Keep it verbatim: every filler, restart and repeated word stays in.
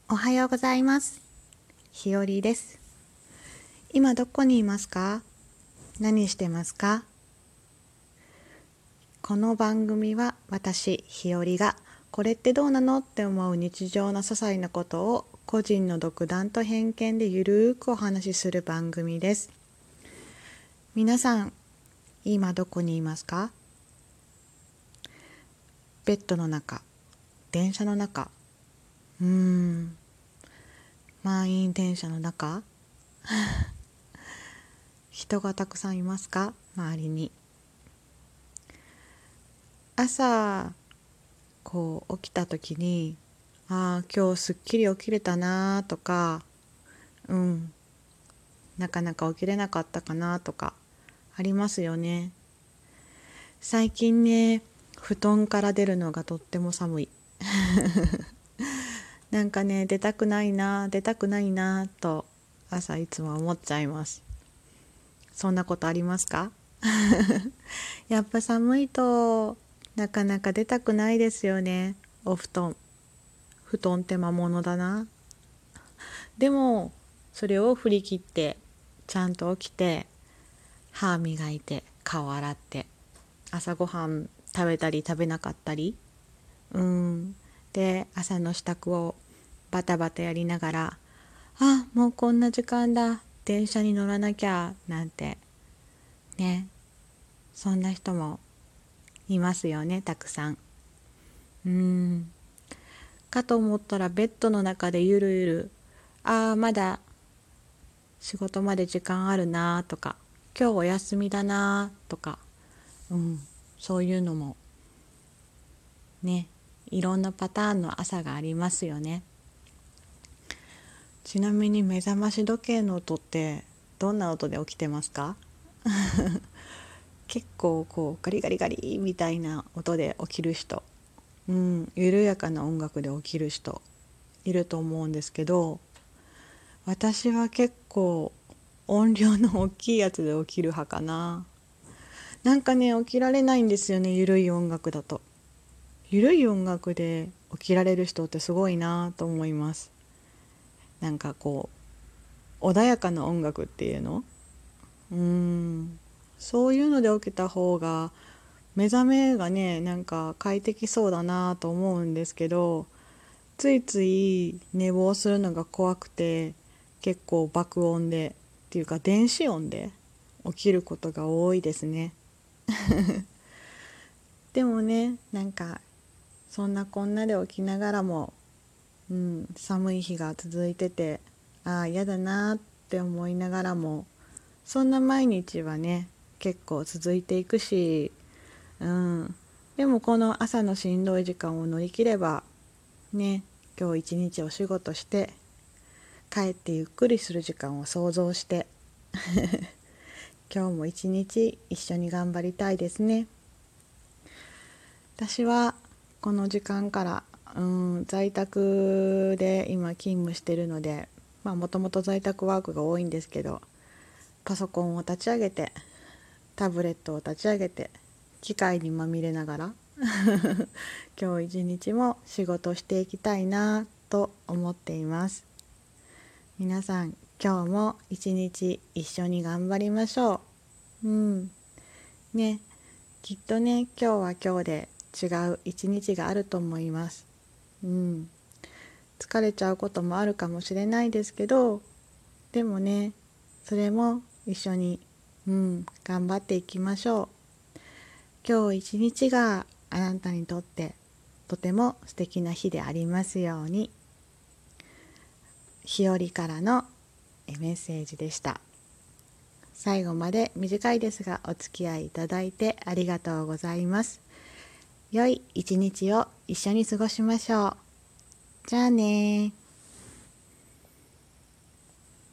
おはようございます。ひよりです。今どこにいますか？何してますか？この番組は私、ひよりがこれってどうなのって思う日常の些細なことを個人の独断と偏見でゆるーくお話しする番組です。皆さん、今どこにいますか？ベッドの中、電車の中、うーん、満員電車の中、人がたくさんいますか？周りに。朝こう起きた時に、ああ今日すっきり起きれたなとか、うんなかなか起きれなかったかなとかありますよね。最近ね、布団から出るのがとっても寒い。なんかね、出たくないな出たくないなと朝いつも思っちゃいます。そんなことありますか？やっぱ寒いとなかなか出たくないですよね。お布団布団って魔物だな。でもそれを振り切ってちゃんと起きて歯磨いて顔洗って朝ごはん食べたり食べなかったり、うんで朝の支度をバタバタやりながら、あもうこんな時間だ電車に乗らなきゃなんてね、そんな人もいますよね、たくさん。うんかと思ったらベッドの中でゆるゆる、ああまだ仕事まで時間あるなとか、今日お休みだなとか、うん、そういうのもね、いろんなパターンの朝がありますよね。ちなみに目覚まし時計の音ってどんな音で起きてますか？結構こうガリガリガリみたいな音で起きる人、うん、緩やかな音楽で起きる人いると思うんですけど、私は結構音量の大きいやつで起きる派かな。なんかね、起きられないんですよね、ゆるい音楽だと。ゆるい音楽で起きられる人ってすごいなと思います。なんかこう穏やかな音楽っていうの、うーんそういうので起きた方が目覚めがね、なんか快適そうだなと思うんですけど、ついつい寝坊するのが怖くて、結構爆音でっていうか電子音で起きることが多いですね。でもね、なんかそんなこんなで起きながらも、うん、寒い日が続いてて、ああ嫌だなって思いながらも、そんな毎日はね結構続いていくし、うん、でもこの朝のしんどい時間を乗り切ればね、今日一日お仕事して帰ってゆっくりする時間を想像して今日も一日一緒に頑張りたいですね。私はこの時間から、うん、在宅で今勤務してるので、まあもともと在宅ワークが多いんですけど、パソコンを立ち上げてタブレットを立ち上げて機械にまみれながら今日一日も仕事していきたいなと思っています。皆さん今日も一日一緒に頑張りましょう。うんね、きっとね今日は今日で違う一日があると思います。うん疲れちゃうこともあるかもしれないですけど、でもねそれも一緒に、うん、頑張っていきましょう。今日一日があなたにとってとても素敵な日でありますように。日和からのメッセージでした。最後まで短いですがお付き合いいただいてありがとうございます。良い一日を一緒に過ごしましょう。じゃあね。